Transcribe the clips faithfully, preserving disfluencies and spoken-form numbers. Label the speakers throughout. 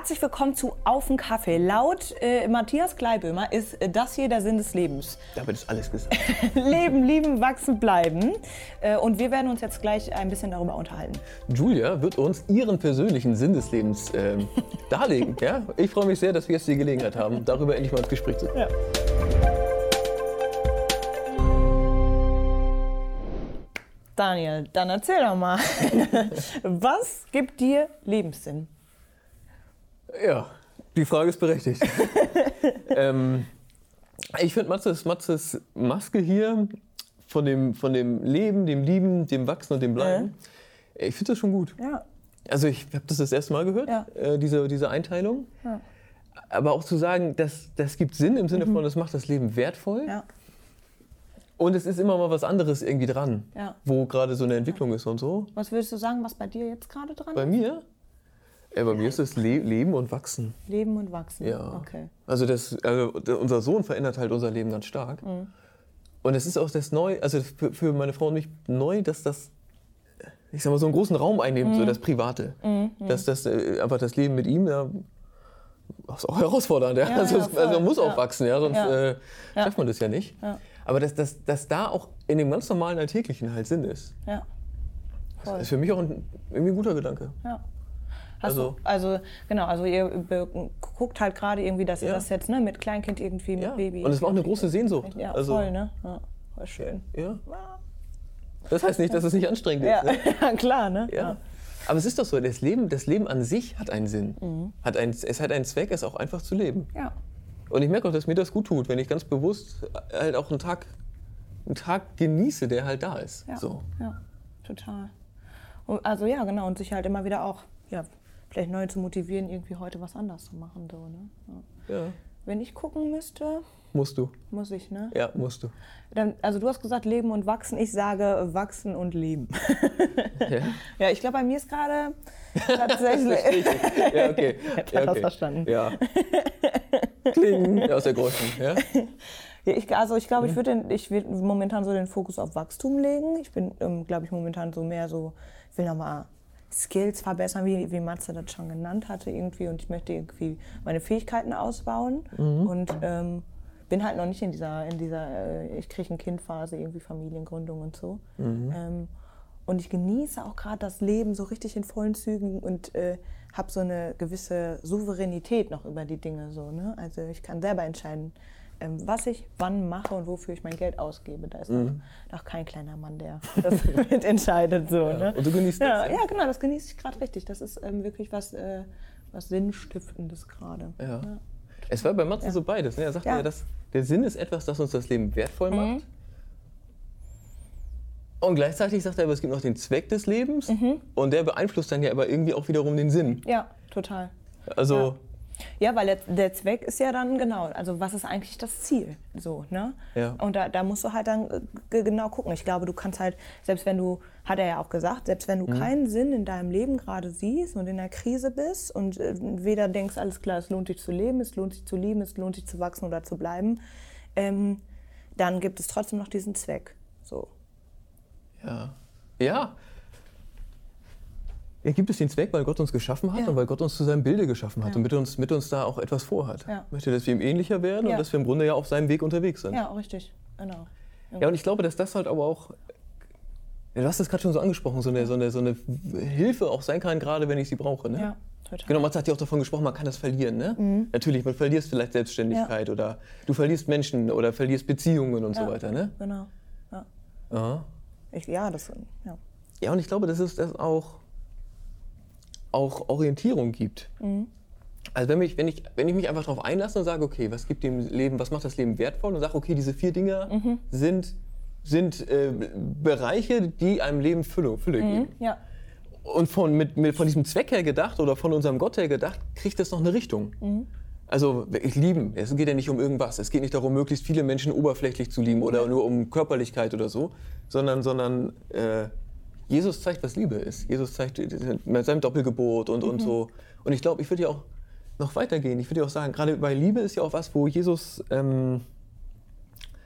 Speaker 1: Herzlich willkommen zu Auf 'n Kaffee. Laut äh, Matthias Kleibömer ist äh, das hier der Sinn des Lebens.
Speaker 2: Damit ist alles gesagt.
Speaker 1: Leben, lieben, wachsen, bleiben. Äh, und wir werden uns jetzt gleich ein bisschen darüber unterhalten.
Speaker 2: Julia wird uns ihren persönlichen Sinn des Lebens äh, darlegen. Ja? Ich freue mich sehr, dass wir jetzt die Gelegenheit haben, darüber endlich mal ins Gespräch zu kommen. Ja.
Speaker 1: Daniel, dann erzähl doch mal, was gibt dir Lebenssinn?
Speaker 2: Ja, die Frage ist berechtigt. ähm, ich finde Matzes, Matzes Maske hier von dem, von dem Leben, dem Lieben, dem Wachsen und dem Bleiben, äh. ich finde das schon gut.
Speaker 1: Ja.
Speaker 2: Also ich habe das das erste Mal gehört,
Speaker 1: ja.
Speaker 2: äh, diese, diese Einteilung. Ja. Aber auch zu sagen, das, das gibt Sinn im Sinne von, das macht das Leben wertvoll.
Speaker 1: Ja.
Speaker 2: Und es ist immer mal was anderes irgendwie dran,
Speaker 1: ja.
Speaker 2: wo gerade so eine Entwicklung ist und so.
Speaker 1: Was würdest du sagen, was bei dir jetzt gerade dran
Speaker 2: bei
Speaker 1: ist?
Speaker 2: Bei mir? Ja, bei mir ist es Le- Leben und Wachsen.
Speaker 1: Leben und Wachsen,
Speaker 2: ja.
Speaker 1: Okay.
Speaker 2: Also, das, also unser Sohn verändert halt unser Leben ganz stark. Mhm. Und es ist auch das neu, also für, für meine Frau und mich neu, dass das, ich sag mal, so einen großen Raum einnimmt, mhm. so das Private. Mhm. Dass das äh, einfach das Leben mit ihm, ja, ist auch herausfordernd. Ja? Ja, also, ja, also man muss auch ja. wachsen, ja? Sonst ja. Äh, schafft man das ja nicht. Ja. Aber dass, dass, dass da auch in dem ganz normalen Alltäglichen halt Sinn ist.
Speaker 1: Ja. Voll.
Speaker 2: Das ist für mich auch ein, irgendwie ein guter Gedanke.
Speaker 1: Ja. Hast also, du, also genau, also ihr guckt halt gerade irgendwie, dass ihr ja. das jetzt ne, mit Kleinkind irgendwie, mit
Speaker 2: ja.
Speaker 1: Baby.
Speaker 2: Und es war auch eine große Sehnsucht.
Speaker 1: Ja,
Speaker 2: also,
Speaker 1: voll, ne? Ja, voll schön.
Speaker 2: Ja. Das heißt nicht, dass es nicht anstrengend
Speaker 1: ja.
Speaker 2: ist. Ne?
Speaker 1: Ja, klar, ne?
Speaker 2: Ja. Ja. Aber es ist doch so, das Leben, das Leben an sich hat einen Sinn. Mhm. Hat ein, es hat einen Zweck, es auch einfach zu leben.
Speaker 1: Ja.
Speaker 2: Und ich merke auch, dass mir das gut tut, wenn ich ganz bewusst halt auch einen Tag, einen Tag genieße, der halt da ist.
Speaker 1: Ja,
Speaker 2: so.
Speaker 1: ja, total. Und also ja, genau, und sich halt immer wieder auch, ja, vielleicht neu zu motivieren, irgendwie heute was anders zu machen. So, ne? Ja. Ja. Wenn ich gucken müsste...
Speaker 2: Musst du.
Speaker 1: Muss ich, ne?
Speaker 2: Ja, musst du.
Speaker 1: Dann, also du hast gesagt Leben und Wachsen, ich sage Wachsen und Leben. Ja, ja ich glaube, bei mir ist gerade tatsächlich...
Speaker 2: Ja, okay.
Speaker 1: Ich
Speaker 2: ja,
Speaker 1: habe
Speaker 2: okay.
Speaker 1: das verstanden.
Speaker 2: Ja. Kling, ja, aus der Großen, ja?
Speaker 1: Ja, ich, also ich glaube, ich würde ich würd momentan so den Fokus auf Wachstum legen. Ich bin, ähm, glaube ich, momentan so mehr so, ich will nochmal Skills verbessern, wie, wie Matze das schon genannt hatte irgendwie. Und ich möchte irgendwie meine Fähigkeiten ausbauen. Mhm. Und ähm, bin halt noch nicht in dieser, in dieser äh, ich kriege ein Kind-Phase, irgendwie Familiengründung und so. Mhm. Ähm, und ich genieße auch gerade das Leben so richtig in vollen Zügen und äh, habe so eine gewisse Souveränität noch über die Dinge. So, ne? Also ich kann selber entscheiden, ähm, was ich wann mache und wofür ich mein Geld ausgebe. Da ist mhm. noch, noch kein kleiner Mann, der das mitentscheidet. So,
Speaker 2: ja.
Speaker 1: ne?
Speaker 2: Und du genießt
Speaker 1: ja,
Speaker 2: das? Ja,
Speaker 1: ja, genau, das genieße ich gerade richtig. Das ist ähm, wirklich was, äh, was Sinnstiftendes gerade.
Speaker 2: Ja.
Speaker 1: Ja.
Speaker 2: Es war bei Matze ja. so beides. Ne? Er sagte ja, ja dass der Sinn ist etwas, das uns das Leben wertvoll macht. Mhm. Und gleichzeitig sagt er, aber es gibt noch den Zweck des Lebens mhm. und der beeinflusst dann ja aber irgendwie auch wiederum den Sinn.
Speaker 1: Ja, total.
Speaker 2: Also
Speaker 1: ja, ja weil der, der Zweck ist ja dann genau, also was ist eigentlich das Ziel? So, ne?
Speaker 2: Ja.
Speaker 1: Und da, da musst du halt dann g- genau gucken. Ich glaube, du kannst halt, selbst wenn du, hat er ja auch gesagt, selbst wenn du mhm. keinen Sinn in deinem Leben gerade siehst und in der Krise bist und äh, weder denkst, alles klar, es lohnt sich zu leben, es lohnt sich zu lieben, es lohnt sich zu wachsen oder zu bleiben, ähm, dann gibt es trotzdem noch diesen Zweck. So.
Speaker 2: Ja. Ja. Ja, gibt es den Zweck, weil Gott uns geschaffen hat ja. und weil Gott uns zu seinem Bilde geschaffen hat ja. und mit uns, mit uns da auch etwas vorhat. Ja. Möchte, dass wir ihm ähnlicher werden ja. und dass wir im Grunde ja auf seinem Weg unterwegs sind.
Speaker 1: Ja, richtig. Genau. Ja,
Speaker 2: ja und ich glaube, dass das halt aber auch, ja, du hast es gerade schon so angesprochen, so eine, so, eine, so eine Hilfe auch sein kann, gerade wenn ich sie brauche. Ne?
Speaker 1: Ja, total.
Speaker 2: Genau, Matze hat ja auch davon gesprochen, man kann das verlieren. Ne? Mhm. Natürlich, man verlierst vielleicht Selbstständigkeit ja. oder du verlierst Menschen oder verlierst Beziehungen und ja. so weiter. Ne?
Speaker 1: Genau. Ja.
Speaker 2: Aha.
Speaker 1: Ich, ja, das, ja.
Speaker 2: Ja, und ich glaube, dass es das auch, auch Orientierung gibt. Mhm. Also wenn, mich, wenn, ich, wenn ich mich einfach darauf einlasse und sage, okay, was gibt dem Leben, was macht das Leben wertvoll und sage, okay, diese vier Dinge mhm. sind, sind äh, Bereiche, die einem Leben Fülle, Fülle
Speaker 1: mhm.
Speaker 2: geben.
Speaker 1: Ja.
Speaker 2: Und von, mit, mit, von diesem Zweck her gedacht oder von unserem Gott her gedacht, kriegt das noch eine Richtung. Mhm. Also ich lieben, es geht ja nicht um irgendwas. Es geht nicht darum, möglichst viele Menschen oberflächlich zu lieben oder nur um Körperlichkeit oder so, sondern, sondern äh, Jesus zeigt, was Liebe ist. Jesus zeigt mit seinem Doppelgebot und, mhm. und so. Und ich glaube, ich würde ja auch noch weitergehen. Ich würde ja auch sagen, gerade bei Liebe ist ja auch was, wo Jesus ähm,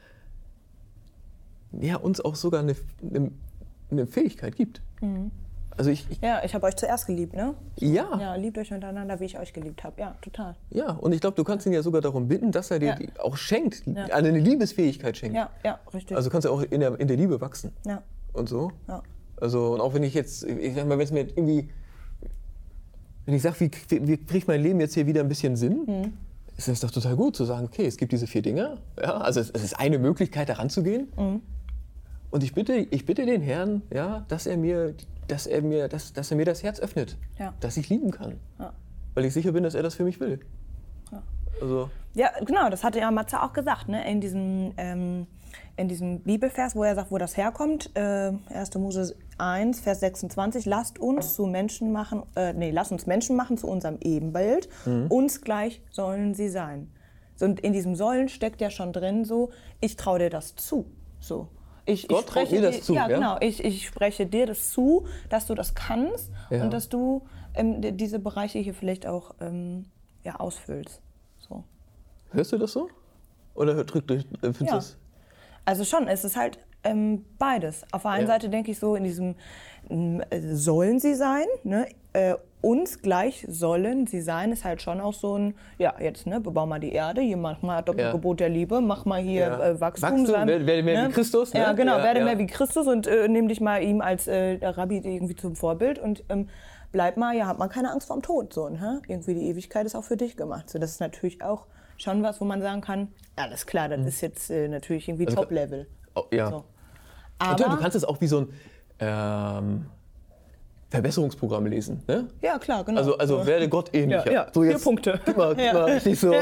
Speaker 2: ja, uns auch sogar eine, eine, eine Fähigkeit gibt. Mhm. Also ich, ich
Speaker 1: Ja, ich habe euch zuerst geliebt, ne?
Speaker 2: ja,
Speaker 1: Ja, liebt euch miteinander, wie ich euch geliebt habe. Ja, total.
Speaker 2: ja, und ich glaube, du kannst ihn ja sogar darum bitten, dass er dir
Speaker 1: Ja.
Speaker 2: die auch schenkt,
Speaker 1: Ja.
Speaker 2: eine Liebesfähigkeit schenkt.
Speaker 1: Ja, ja, richtig.
Speaker 2: Also kannst du auch in der, in der Liebe wachsen
Speaker 1: ja,
Speaker 2: und so.
Speaker 1: ja.
Speaker 2: Also und auch wenn ich jetzt, ich sag mal, wenn es mir irgendwie, wenn ich sage, wie, wie, wie kriegt mein Leben jetzt hier wieder ein bisschen Sinn,
Speaker 1: Mhm.
Speaker 2: ist es doch total gut zu sagen, okay, es gibt diese vier Dinge. Ja, also es, es ist eine Möglichkeit, da ranzugehen.
Speaker 1: Mhm.
Speaker 2: Und ich bitte, ich bitte den Herrn, ja, dass er mir, dass er mir, dass, dass er mir das Herz öffnet,
Speaker 1: Ja.
Speaker 2: dass ich lieben kann,
Speaker 1: Ja.
Speaker 2: weil ich sicher bin, dass er das für mich will.
Speaker 1: Ja.
Speaker 2: Also
Speaker 1: Ja, genau, das hatte ja Matze auch gesagt, ne? In diesem, ähm, in diesem Bibelvers, wo er sagt, wo das herkommt, äh, erste Mose eins, Vers sechsundzwanzig, lasst uns zu Menschen machen, äh, nee, lasst uns Menschen machen zu unserem Ebenbild,
Speaker 2: Mhm.
Speaker 1: uns gleich sollen sie sein. So, und in diesem Sollen steckt ja schon drin so, ich traue dir das zu, so. Ich,
Speaker 2: Gott
Speaker 1: ich
Speaker 2: traut
Speaker 1: spreche
Speaker 2: mir das
Speaker 1: dir,
Speaker 2: zu,
Speaker 1: ja,
Speaker 2: ja?
Speaker 1: genau. Ich, ich spreche dir das zu, dass du das kannst
Speaker 2: Ja.
Speaker 1: und dass du ähm, d- diese Bereiche hier vielleicht auch ähm, ja, ausfüllst. So.
Speaker 2: hörst du das so? Oder drückt durch, findest
Speaker 1: Ja.
Speaker 2: du das?
Speaker 1: Also schon, es ist halt ähm, beides. Auf der einen
Speaker 2: Ja.
Speaker 1: Seite denke ich so in diesem ähm, äh, sollen sie sein, ne? äh, uns gleich sollen sie sein, ist halt schon auch so ein, ja jetzt, ne, bebau mal die Erde, hier mach mal Doppelgebot der Liebe, mach mal hier
Speaker 2: Ja.
Speaker 1: äh, Wachstum.
Speaker 2: Wachstum,
Speaker 1: sein,
Speaker 2: werde- werde mehr wie Christus, ne?
Speaker 1: Ja, genau,
Speaker 2: Ja,
Speaker 1: werde
Speaker 2: ja.
Speaker 1: mehr wie Christus und äh, nimm dich mal ihm als äh, Rabbi irgendwie zum Vorbild und ähm, bleib mal, ja, hab mal keine Angst vorm Tod, so, ne? Irgendwie die Ewigkeit ist auch für dich gemacht. So, das ist natürlich auch schon was, wo man sagen kann, alles klar, das ist jetzt äh, natürlich irgendwie
Speaker 2: Also,
Speaker 1: Top-Level.
Speaker 2: Oh, ja.
Speaker 1: So.
Speaker 2: Natürlich,
Speaker 1: Aber,
Speaker 2: du kannst es auch wie so ein ähm, Verbesserungsprogramm lesen. Ne?
Speaker 1: ja, klar, genau.
Speaker 2: Also, also werde Gott ähnlicher.
Speaker 1: Ja, ja,
Speaker 2: So
Speaker 1: vier
Speaker 2: jetzt,
Speaker 1: Punkte.
Speaker 2: Gib mal, gib
Speaker 1: Ja.
Speaker 2: mal richtig so.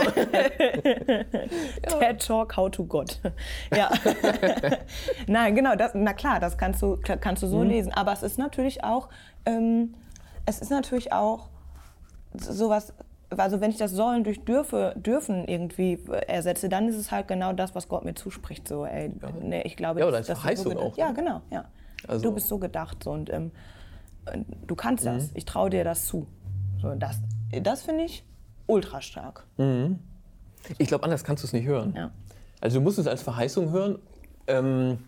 Speaker 1: TED Talk, How to God. Ja. Nein, genau, das, na klar, das kannst du, kannst du so
Speaker 2: Mhm.
Speaker 1: lesen. Aber es ist natürlich auch, ähm, es ist natürlich auch sowas, also wenn ich das sollen durch dürfe, dürfen irgendwie ersetze, dann ist es halt genau das, was Gott mir zuspricht. So, ey, nee, ich glaube,
Speaker 2: Ja, oder
Speaker 1: dass-
Speaker 2: als
Speaker 1: dass du so
Speaker 2: Verheißung
Speaker 1: gedacht-
Speaker 2: auch,
Speaker 1: Ja,
Speaker 2: ne?
Speaker 1: genau, ja.
Speaker 2: Also-
Speaker 1: Du bist so gedacht so, und ähm, du kannst
Speaker 2: Mhm.
Speaker 1: das. Ich traue dir das zu. So, das das finde ich ultra stark.
Speaker 2: Ich glaube, anders kannst du es nicht hören.
Speaker 1: Ja.
Speaker 2: Also du musst es als Verheißung hören. Ähm,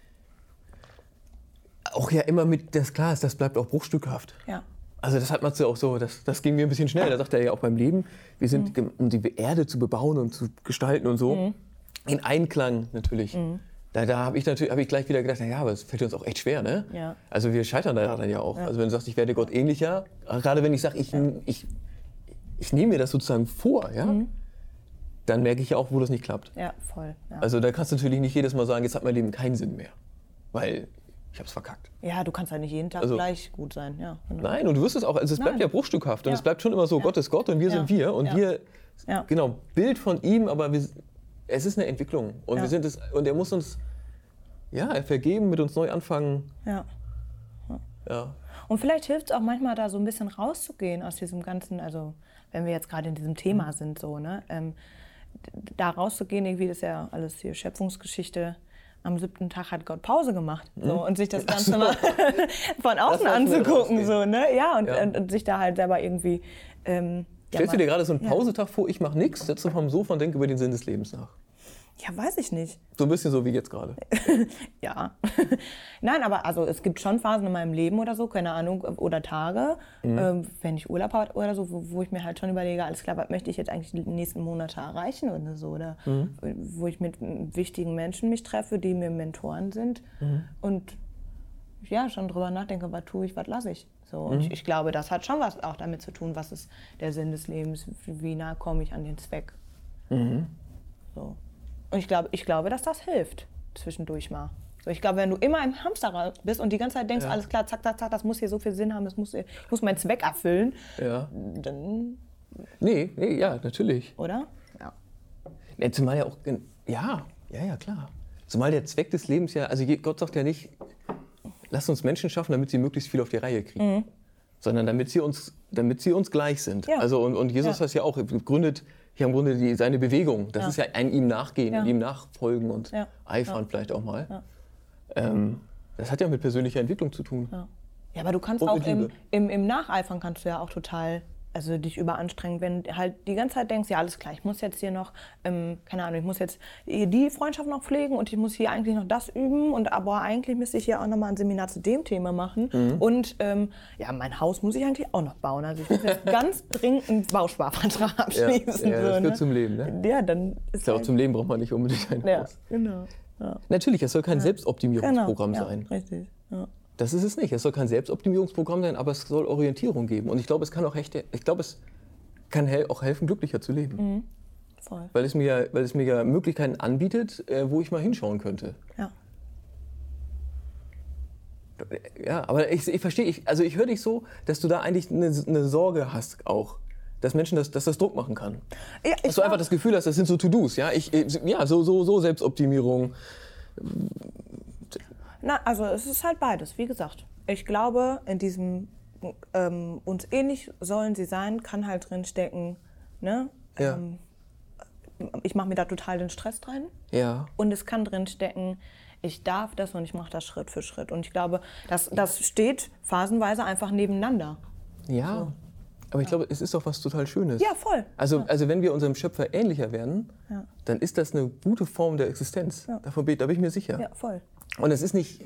Speaker 2: auch ja immer mit, das klar ist, das bleibt auch bruchstückhaft.
Speaker 1: Ja.
Speaker 2: Also das hat man auch so, das, das ging mir ein bisschen schnell. Da sagt er ja auch beim Leben, wir sind, gem- um die Erde zu bebauen und zu gestalten und so, in Einklang natürlich. Da, da habe ich natürlich hab ich gleich wieder gedacht, na ja, aber es fällt uns auch echt schwer, ne?
Speaker 1: Ja.
Speaker 2: Also wir scheitern da dann ja auch. Also wenn du sagst, ich werde Gott ähnlicher, gerade wenn ich sage, ich, ich, ich nehme mir das sozusagen vor, ja, dann merke ich ja auch, wo das nicht klappt.
Speaker 1: Ja, voll. Ja.
Speaker 2: Also da kannst du natürlich nicht jedes Mal sagen, jetzt hat mein Leben keinen Sinn mehr, weil ich habe es verkackt.
Speaker 1: Ja, du kannst ja nicht jeden Tag
Speaker 2: Also-
Speaker 1: gleich gut sein. Ja, genau.
Speaker 2: Nein, und du wirst es auch, also es bleibt
Speaker 1: Nein.
Speaker 2: ja bruchstückhaft und
Speaker 1: Ja.
Speaker 2: es bleibt schon immer so, Gott ist Gott und wir
Speaker 1: Ja.
Speaker 2: sind wir und
Speaker 1: Ja.
Speaker 2: wir,
Speaker 1: Ja.
Speaker 2: genau, Bild von ihm, aber wir, es ist eine Entwicklung und
Speaker 1: Ja.
Speaker 2: wir sind es, und er muss uns, ja, er vergeben, mit uns neu anfangen,
Speaker 1: Ja.
Speaker 2: ja.
Speaker 1: Und vielleicht hilft es auch manchmal, da so ein bisschen rauszugehen aus diesem ganzen, also wenn wir jetzt gerade in diesem Thema sind, so, ne? Ähm, d- da rauszugehen, irgendwie, das ist ja alles hier Schöpfungsgeschichte. Am siebten Tag hat Gott Pause gemacht, so, und sich das Ganze mal von außen
Speaker 2: Das lassen wir
Speaker 1: anzugucken,
Speaker 2: rausgehen.
Speaker 1: so, ne? Ja, und,
Speaker 2: Ja.
Speaker 1: Und, und sich da halt selber irgendwie. Ähm, ja,
Speaker 2: Stellst du
Speaker 1: mal-
Speaker 2: dir gerade so einen
Speaker 1: ja.
Speaker 2: Pausetag vor, ich mache nichts, setze vom Sofa und denke über den Sinn des Lebens nach?
Speaker 1: Ja, weiß ich nicht.
Speaker 2: So ein bisschen so wie jetzt gerade.
Speaker 1: Ja. Nein, aber also es gibt schon Phasen in meinem Leben oder so, keine Ahnung, oder Tage, ähm, wenn ich Urlaub habe oder so, wo, wo ich mir halt schon überlege, alles klar, was möchte ich jetzt eigentlich die nächsten Monate erreichen oder so, oder wo ich mit wichtigen Menschen mich treffe, die mir Mentoren sind und ja, schon drüber nachdenke, was tue ich, was lasse ich. So, und ich, ich glaube, das hat schon was auch damit zu tun, was ist der Sinn des Lebens, wie nah komme ich an den Zweck. So. Und ich glaube, ich glaube, dass das hilft, zwischendurch mal. So, ich glaube, wenn du immer im Hamsterrad bist und die ganze Zeit denkst,
Speaker 2: Ja.
Speaker 1: alles klar, zack, zack, zack, das muss hier so viel Sinn haben, das muss, hier- ich muss meinen Zweck erfüllen,
Speaker 2: Ja.
Speaker 1: dann,
Speaker 2: Nee, nee, ja, natürlich.
Speaker 1: oder? Ja.
Speaker 2: Ja, zumal ja auch, gen- ja, ja, ja, klar. Zumal der Zweck des Lebens ja, also je- Gott sagt ja nicht, lass uns Menschen schaffen, damit sie möglichst viel auf die Reihe kriegen. Sondern damit sie uns, damit sie uns gleich sind.
Speaker 1: Ja.
Speaker 2: Also und, und Jesus
Speaker 1: Ja.
Speaker 2: hat ja auch gegründet, hier im Grunde die, seine Bewegung. Das
Speaker 1: Ja.
Speaker 2: ist ja ein ihm nachgehen,
Speaker 1: Ja.
Speaker 2: ihm nachfolgen und
Speaker 1: Ja.
Speaker 2: eifern vielleicht auch mal.
Speaker 1: Ja.
Speaker 2: Ähm, das hat ja mit persönlicher Entwicklung zu tun.
Speaker 1: Ja. Ja, aber du kannst
Speaker 2: Und
Speaker 1: auch
Speaker 2: mit
Speaker 1: im,
Speaker 2: Liebe.
Speaker 1: im, im Nacheifern kannst du ja auch total also dich überanstrengt, wenn du halt die ganze Zeit denkst, ja alles klar, ich muss jetzt hier noch, ähm, keine Ahnung, ich muss jetzt die Freundschaft noch pflegen und ich muss hier eigentlich noch das üben und aber eigentlich müsste ich hier auch nochmal ein Seminar zu dem Thema machen mhm. und ähm, ja, mein Haus muss ich eigentlich auch noch bauen. Also ich muss jetzt ganz dringend einen Bausparvertrag abschließen.
Speaker 2: Ja, ja, das
Speaker 1: so,
Speaker 2: gehört
Speaker 1: ne?
Speaker 2: zum Leben, ne?
Speaker 1: Ja, dann ist
Speaker 2: ja,
Speaker 1: halt
Speaker 2: auch zum Leben braucht man nicht unbedingt ein
Speaker 1: ja,
Speaker 2: Haus.
Speaker 1: Genau. Ja.
Speaker 2: Natürlich, es soll kein ja. Selbstoptimierungsprogramm
Speaker 1: genau.
Speaker 2: sein.
Speaker 1: Ja, richtig. Ja.
Speaker 2: Das ist es nicht. Es soll kein Selbstoptimierungsprogramm sein, aber es soll Orientierung geben. Und ich glaube, es kann auch echt, ich glaube, es kann hel- auch helfen, glücklicher zu leben.
Speaker 1: Mhm. Voll.
Speaker 2: Weil es mir, weil es mir ja Möglichkeiten anbietet, äh, wo ich mal hinschauen könnte.
Speaker 1: Ja.
Speaker 2: Ja, aber ich, ich verstehe, ich, also ich höre dich so, dass du da eigentlich eine, eine Sorge hast auch. Dass Menschen das, dass das Druck machen kann.
Speaker 1: Ja,
Speaker 2: dass du einfach das Gefühl hast, das sind so To-Dos, ja? Ich, ja, so, so, so Selbstoptimierung.
Speaker 1: Na, also es ist halt beides, wie gesagt. Ich glaube, in diesem ähm, uns ähnlich sollen sie sein, kann halt drin stecken, ne?
Speaker 2: Ja.
Speaker 1: Ähm, ich mache mir da total den Stress rein.
Speaker 2: Ja.
Speaker 1: Und es kann drin stecken, ich darf das und ich mache das Schritt für Schritt. Und ich glaube, das, das steht phasenweise einfach nebeneinander.
Speaker 2: Ja. So. Aber ich glaube, es ist doch was total Schönes.
Speaker 1: Ja, voll.
Speaker 2: Also,
Speaker 1: ja.
Speaker 2: also wenn wir unserem Schöpfer ähnlicher werden,
Speaker 1: ja.
Speaker 2: dann ist das eine gute Form der Existenz.
Speaker 1: Ja.
Speaker 2: Davon bin, da bin ich mir sicher.
Speaker 1: Ja, voll.
Speaker 2: Und es ist nicht...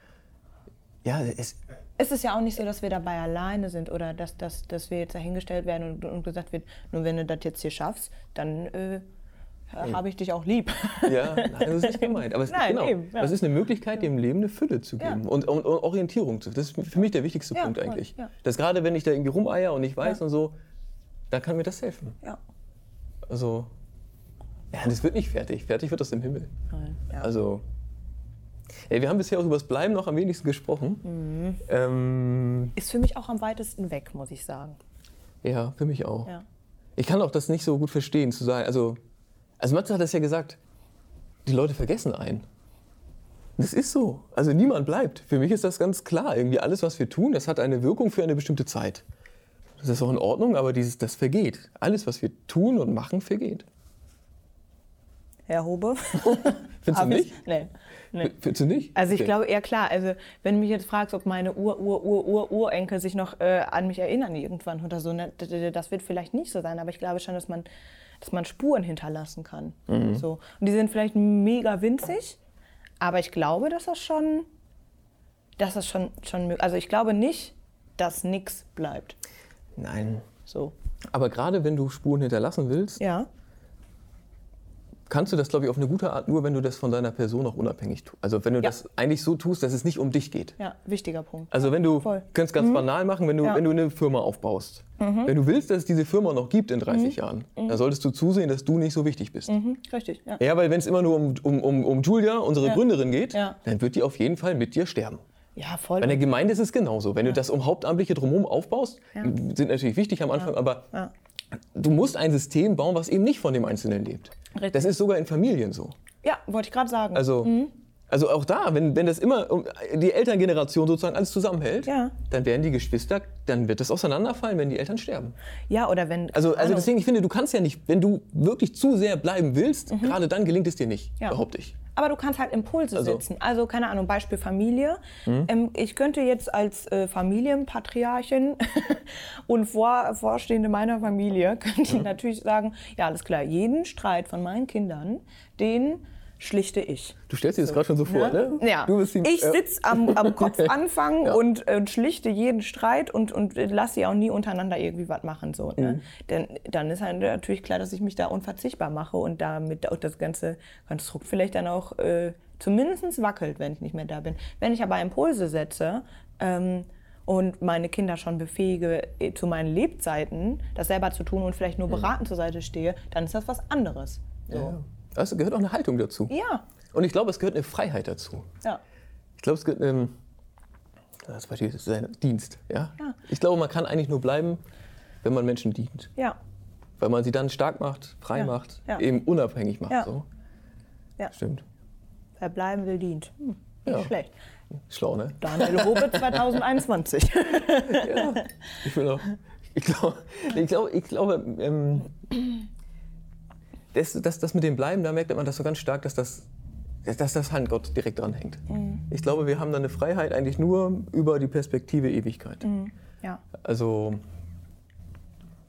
Speaker 2: Ja, es...
Speaker 1: Es ist ja auch nicht so, dass wir dabei alleine sind oder dass, dass, dass wir jetzt dahingestellt werden und, und gesagt wird, nur wenn du das jetzt hier schaffst, dann äh, habe ich dich auch lieb.
Speaker 2: Ja, nein, das ist nicht gemeint. Aber es,
Speaker 1: nein,
Speaker 2: genau,
Speaker 1: eben, ja.
Speaker 2: das ist eine Möglichkeit, dem Leben eine Fülle zu geben
Speaker 1: Ja.
Speaker 2: und, und, und Orientierung zu. Das ist für mich der wichtigste
Speaker 1: ja,
Speaker 2: Punkt
Speaker 1: voll,
Speaker 2: eigentlich.
Speaker 1: ja.
Speaker 2: Dass gerade wenn ich da irgendwie rumeier und nicht weiß
Speaker 1: ja.
Speaker 2: und so, dann kann mir das helfen.
Speaker 1: Ja.
Speaker 2: Also, ja, das wird nicht fertig. Fertig wird das im Himmel.
Speaker 1: Nein, ja.
Speaker 2: Also, ey, wir haben bisher auch über das Bleiben noch am wenigsten gesprochen.
Speaker 1: Mhm.
Speaker 2: Ähm,
Speaker 1: ist für mich auch am weitesten weg, muss ich sagen.
Speaker 2: Ja, für mich auch.
Speaker 1: Ja.
Speaker 2: Ich kann auch das nicht so gut verstehen, zu sagen, also, also Matze hat das ja gesagt, die Leute vergessen einen. Das ist so. Also niemand bleibt. Für mich ist das ganz klar. Irgendwie alles, was wir tun, das hat eine Wirkung für eine bestimmte Zeit. Das ist auch in Ordnung, aber dieses, das vergeht. Alles, was wir tun und machen, vergeht.
Speaker 1: Herr Hobe?
Speaker 2: Findest du nicht?
Speaker 1: Ich, nee. nee.
Speaker 2: Findest du nicht?
Speaker 1: Also ich
Speaker 2: Okay.
Speaker 1: glaube eher klar. Also wenn du mich jetzt fragst, ob meine Ur, Ur, Ur, Ur, Urenkel sich noch äh, an mich erinnern irgendwann oder so, ne, das wird vielleicht nicht so sein. Aber ich glaube schon, dass man, dass man Spuren hinterlassen kann.
Speaker 2: Mhm.
Speaker 1: So. Und die sind vielleicht mega winzig, aber ich glaube, dass das schon, dass das schon, schon möglich. Also ich glaube nicht, dass nichts bleibt.
Speaker 2: Nein.
Speaker 1: So.
Speaker 2: Aber gerade wenn du Spuren hinterlassen willst,
Speaker 1: Ja.
Speaker 2: kannst du das, glaube ich, auf eine gute Art nur, wenn du das von deiner Person auch unabhängig tust. Also wenn du
Speaker 1: Ja.
Speaker 2: das eigentlich so tust, dass es nicht um dich geht.
Speaker 1: Ja, wichtiger Punkt.
Speaker 2: Also wenn du,
Speaker 1: Voll.
Speaker 2: kannst ganz banal machen, wenn du,
Speaker 1: Ja.
Speaker 2: wenn du eine Firma aufbaust. Wenn du willst, dass es diese Firma noch gibt in dreißig Jahren, dann solltest du zusehen, dass du nicht so wichtig bist.
Speaker 1: Mhm, richtig, ja.
Speaker 2: Ja, weil wenn es immer nur um, um, um, um Julia, unsere
Speaker 1: Ja.
Speaker 2: Gründerin geht,
Speaker 1: Ja.
Speaker 2: dann wird die auf jeden Fall mit dir sterben.
Speaker 1: Ja, voll.
Speaker 2: Bei einer Gemeinde ist es genauso. Wenn du das um Hauptamtliche drumherum aufbaust,
Speaker 1: Ja.
Speaker 2: sind natürlich wichtig am Anfang, aber
Speaker 1: Ja.
Speaker 2: du musst ein System bauen, was eben nicht von dem Einzelnen lebt.
Speaker 1: Richtig.
Speaker 2: Das ist sogar in Familien so.
Speaker 1: Ja, wollte ich gerade sagen.
Speaker 2: Also, also auch da, wenn, wenn das immer um die Elterngeneration sozusagen alles zusammenhält,
Speaker 1: Ja.
Speaker 2: dann werden die Geschwister, dann wird das auseinanderfallen, wenn die Eltern sterben.
Speaker 1: Ja, oder wenn...
Speaker 2: Also, also
Speaker 1: Ahnung.
Speaker 2: deswegen, ich finde, du kannst ja nicht, wenn du wirklich zu sehr bleiben willst, gerade dann gelingt es dir nicht,
Speaker 1: Ja.
Speaker 2: behaupte ich.
Speaker 1: Aber du kannst halt Impulse
Speaker 2: Also-
Speaker 1: setzen. Also, keine Ahnung, Beispiel Familie. Ähm, ich könnte jetzt als äh, Familienpatriarchin und Vor Vorstehende meiner Familie, könnte ich natürlich sagen, ja, alles klar, jeden Streit von meinen Kindern, den schlichte ich.
Speaker 2: Du stellst dir das gerade schon so vor, ne?
Speaker 1: Ja,
Speaker 2: Du bist die,
Speaker 1: ich
Speaker 2: äh,
Speaker 1: sitze am, am Kopfanfang
Speaker 2: Ja.
Speaker 1: und, und schlichte jeden Streit und, und lasse sie auch nie untereinander irgendwie was machen. So, ne?
Speaker 2: Mhm.
Speaker 1: Denn dann ist halt natürlich klar, dass ich mich da unverzichtbar mache und damit auch das ganze Konstrukt vielleicht dann auch äh, zumindest wackelt, wenn ich nicht mehr da bin. Wenn ich aber Impulse setze ähm, und meine Kinder schon befähige, äh, zu meinen Lebzeiten das selber zu tun und vielleicht nur beratend zur Seite stehe, dann ist das was anderes. So.
Speaker 2: Ja. Also gehört auch eine Haltung dazu.
Speaker 1: Ja,
Speaker 2: Und ich glaube, es gehört eine Freiheit dazu.
Speaker 1: ja.
Speaker 2: Ich glaube, es gehört ähm, das Beispiel ist ein Dienst. Ja?
Speaker 1: Ja.
Speaker 2: Ich glaube, man kann eigentlich nur bleiben, wenn man Menschen dient.
Speaker 1: Ja.
Speaker 2: Weil man sie dann stark macht, frei
Speaker 1: Ja.
Speaker 2: macht,
Speaker 1: Ja.
Speaker 2: eben unabhängig macht.
Speaker 1: Ja.
Speaker 2: So.
Speaker 1: Ja.
Speaker 2: Stimmt.
Speaker 1: Wer bleiben will, dient. Hm, nicht
Speaker 2: Ja.
Speaker 1: schlecht.
Speaker 2: Schlau, ne?
Speaker 1: Daniel Hobe zwanzig einundzwanzig.
Speaker 2: Ja. Ich will auch. Ich glaube, ich glaube, ich glaube ähm, das, das, das mit dem Bleiben, da merkt man das so ganz stark, dass das, dass das an Gott direkt dran hängt.
Speaker 1: Mhm.
Speaker 2: Ich glaube, wir haben da eine Freiheit eigentlich nur über die Perspektive Ewigkeit.
Speaker 1: Mhm. Ja.
Speaker 2: Also,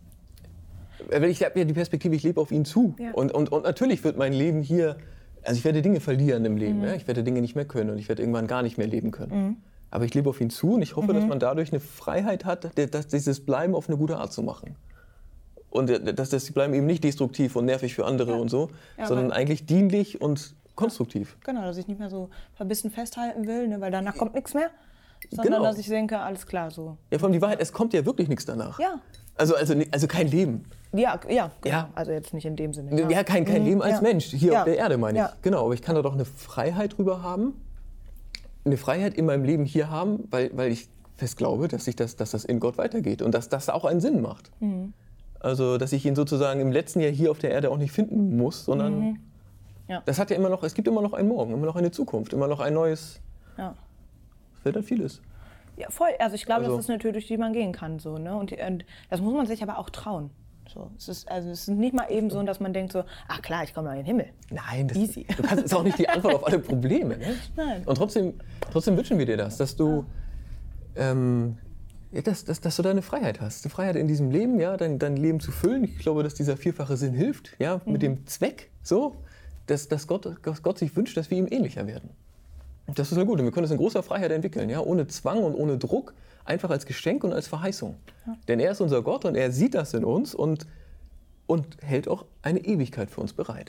Speaker 2: weil ich habe ja die Perspektive, ich lebe auf ihn zu.
Speaker 1: Ja.
Speaker 2: Und, und, und natürlich wird mein Leben hier, also ich werde Dinge verlieren im Leben. Mhm. Ja? Ich werde Dinge nicht mehr können und ich werde irgendwann gar nicht mehr leben können. Mhm. Aber ich lebe auf ihn zu und ich hoffe, mhm. dass man dadurch eine Freiheit hat, das, dieses Bleiben auf eine gute Art zu machen. Und dass das Bleiben eben nicht destruktiv und nervig für andere ja. und so, ja, sondern eigentlich dienlich und konstruktiv.
Speaker 1: Genau, dass ich nicht mehr so verbissen festhalten will, ne, weil danach kommt nichts mehr. Sondern genau. dass ich denke, alles klar, so.
Speaker 2: Ja, vor allem die Wahrheit, es kommt ja wirklich nichts danach.
Speaker 1: Ja.
Speaker 2: Also, also, also kein Leben.
Speaker 1: Ja, ja, genau.
Speaker 2: Ja.
Speaker 1: Also jetzt nicht in dem Sinne.
Speaker 2: Ja, ja kein, kein mhm. Leben als ja. Mensch, hier
Speaker 1: ja.
Speaker 2: auf der Erde meine ich.
Speaker 1: Ja.
Speaker 2: Genau, aber ich kann da doch eine Freiheit drüber haben. Eine Freiheit in meinem Leben hier haben, weil, weil ich fest glaube, dass, ich das, dass das in Gott weitergeht und dass das auch einen Sinn macht. Mhm. Also, dass ich ihn sozusagen im letzten Jahr hier auf der Erde auch nicht finden muss, sondern mhm. ja. das hat ja immer noch, es gibt immer noch einen Morgen, immer noch eine Zukunft, immer noch ein neues,
Speaker 1: ja.
Speaker 2: es wird dann vieles.
Speaker 1: Ja, voll. Also ich glaube,
Speaker 2: Also,
Speaker 1: das ist eine Tür, durch die man gehen kann. So, ne? und, und das muss man sich aber auch trauen. So, es ist, also es ist nicht mal eben so, dass man denkt so, ach klar, ich komme mal in den Himmel.
Speaker 2: Nein, das
Speaker 1: Easy.
Speaker 2: Du kannst, ist auch nicht die Antwort auf alle Probleme. Ne?
Speaker 1: Nein.
Speaker 2: Und trotzdem, trotzdem wünschen wir dir das, dass du, ja. ähm, ja, dass, dass, dass du deine Freiheit hast. Die Freiheit in diesem Leben, ja, dein, dein Leben zu füllen. Ich glaube, dass dieser vierfache Sinn hilft, ja, mhm. mit dem Zweck, so, dass, dass, Gott, dass Gott sich wünscht, dass wir ihm ähnlicher werden. Das ist eine gute. Wir können es in großer Freiheit entwickeln, ja, ohne Zwang und ohne Druck, einfach als Geschenk und als Verheißung. Ja. Denn er ist unser Gott und er sieht das in uns und, und hält auch eine Ewigkeit für uns bereit.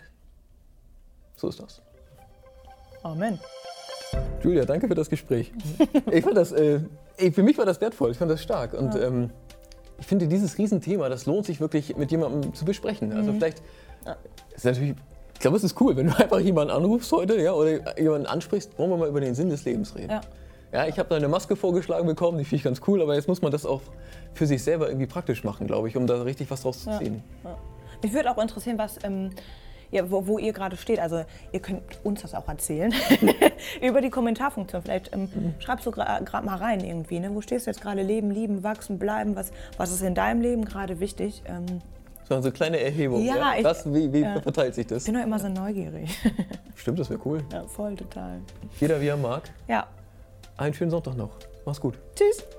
Speaker 2: So ist das.
Speaker 1: Amen.
Speaker 2: Julia, danke für das Gespräch. Ich fand das, äh, für mich war das wertvoll, ich fand das stark. Und ja. ähm, ich finde, dieses Riesenthema, das lohnt sich wirklich mit jemandem zu besprechen. Also mhm. vielleicht, ja. ist natürlich, ich glaube, es ist cool, wenn du einfach jemanden anrufst heute, ja, oder jemanden ansprichst, wollen wir mal über den Sinn des Lebens reden. Ja. Ja, ich habe da eine Maske vorgeschlagen bekommen, die finde ich ganz cool, aber jetzt muss man das auch für sich selber irgendwie praktisch machen, glaube ich, um da richtig was draus zu ziehen.
Speaker 1: Ja. Ja. Mich würde auch interessieren, was, ähm, ja, wo, wo ihr gerade steht. Also ihr könnt uns das auch erzählen über die Kommentarfunktion. Vielleicht ähm, mhm. schreibst du gerade gra- mal rein irgendwie. Ne? Wo stehst du jetzt gerade? Leben, lieben, wachsen, bleiben. Was, was ist in deinem Leben gerade wichtig? Ähm,
Speaker 2: so eine kleine Erhebung.
Speaker 1: Ja,
Speaker 2: ja?
Speaker 1: Ich,
Speaker 2: das, wie wie
Speaker 1: ja.
Speaker 2: verteilt sich das?
Speaker 1: Ich bin doch immer so neugierig.
Speaker 2: Stimmt, das wäre cool.
Speaker 1: Ja, voll, total.
Speaker 2: Jeder wie er mag.
Speaker 1: Ja.
Speaker 2: Einen schönen Sonntag noch. Mach's gut.
Speaker 1: Tschüss.